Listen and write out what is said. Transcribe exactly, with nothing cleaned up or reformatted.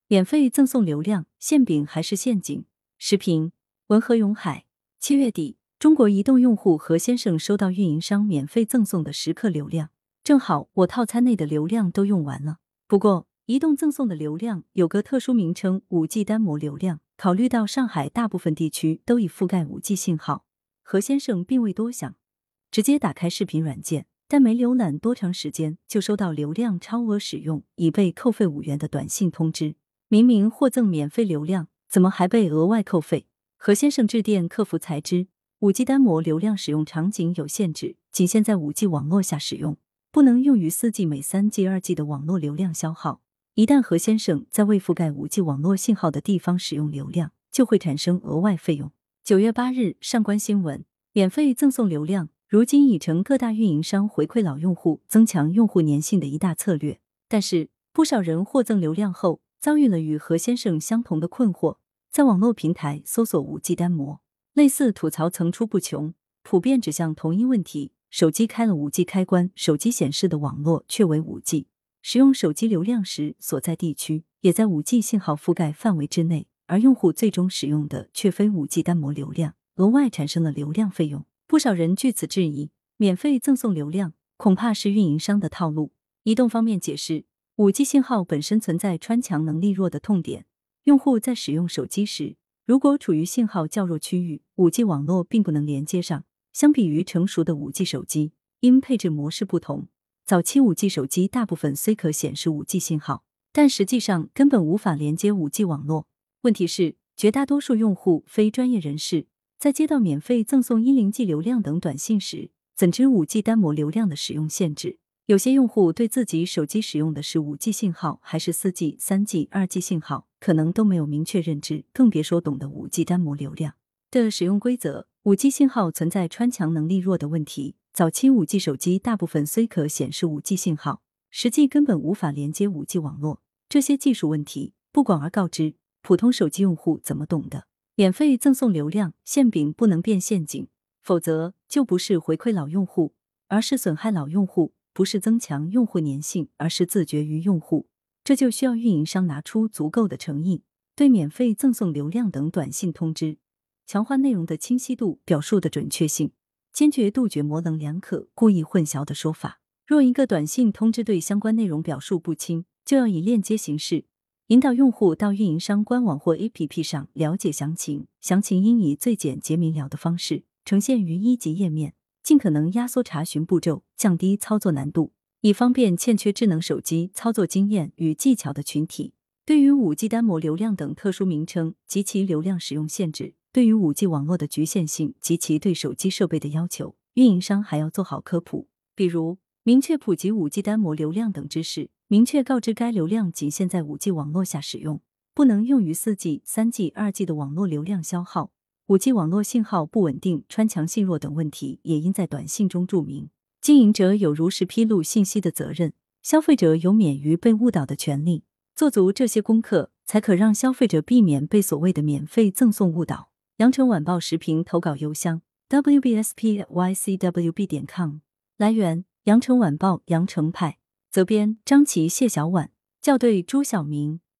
免费赠送流量，馅饼还是陷阱？时评：文何永海。七月底，中国移动用户何先生收到运营商免费赠送的时刻流量，正好我套餐内的流量都用完了。不过，移动赠送的流量有个特殊名称 五 G 单模流量，考虑到上海大部分地区都已覆盖 五 G 信号，何先生并未多想，直接打开视频软件，但没浏览多长时间，就收到流量超额使用已被扣费五元的短信通知。明明获赠免费流量，怎么还被额外扣费？何先生致电客服才知， 五 G 单模流量使用场景有限制，仅限在 五 G 网络下使用，不能用于 四 G 每 三 G、二 G 的网络流量消耗。一旦何先生在未覆盖 五 G 网络信号的地方使用流量，就会产生额外费用。九月八日，上官新闻，免费赠送流量，如今已成各大运营商回馈老用户、增强用户粘性的一大策略。但是，不少人获赠流量后，遭遇了与何先生相同的困惑，在网络平台搜索 五 G 单模，类似吐槽层出不穷，普遍指向同一问题：手机开了 五 G 开关，手机显示的网络却为 五 G， 使用手机流量时所在地区也在 五 G 信号覆盖范围之内，而用户最终使用的却非 五 G 单模流量，额外产生了流量费用。不少人据此质疑，免费赠送流量恐怕是运营商的套路。移动方面解释，五 G 信号本身存在穿墙能力弱的痛点，用户在使用手机时，如果处于信号较弱区域， 五 G 网络并不能连接上。相比于成熟的 五 G 手机，因配置模式不同，早期 五 G 手机大部分虽可显示 五 G 信号，但实际上根本无法连接 五 G 网络。问题是，绝大多数用户非专业人士，在接到免费赠送 十 G 流量等短信时，怎知 五 G 单模流量的使用限制？有些用户对自己手机使用的是 五 G 信号还是 四 G、三 G、二 G 信号，可能都没有明确认知，更别说懂得 五 G 单模流量的使用规则。五 G 信号存在穿墙能力弱的问题，早期 五 G 手机大部分虽可显示 五 G 信号，实际根本无法连接 五 G 网络。这些技术问题不广而告之，普通手机用户怎么懂的？免费赠送流量，馅饼不能变陷阱，否则就不是回馈老用户，而是损害老用户；不是增强用户粘性，而是自绝于用户。这就需要运营商拿出足够的诚意，对免费赠送流量等短信通知强化内容的清晰度、表述的准确性，坚决杜绝模棱两可、故意混淆的说法。若一个短信通知对相关内容表述不清，就要以链接形式引导用户到运营商官网或 A P P 上了解详情，详情应以最简洁明了的方式呈现于一级页面，尽可能压缩查询步骤，降低操作难度，以方便欠缺智能手机操作经验与技巧的群体。对于 五 G 单模流量等特殊名称及其流量使用限制，对于 五 G 网络的局限性及其对手机设备的要求，运营商还要做好科普，比如明确普及 五 G 单模流量等知识，明确告知该流量仅限在 五 G 网络下使用，不能用于 四 G、三 G、二 G 的网络流量消耗。五 G 网络信号不稳定、穿墙性弱等问题也应在短信中注明。经营者有如实披露信息的责任，消费者有免于被误导的权利。做足这些功课，才可让消费者避免被所谓的免费赠送误导。羊城晚报时评投稿邮箱 w b s p y c w b 点 com。 来源：羊城晚报羊城派，责编张琪、谢小婉，校对朱晓明。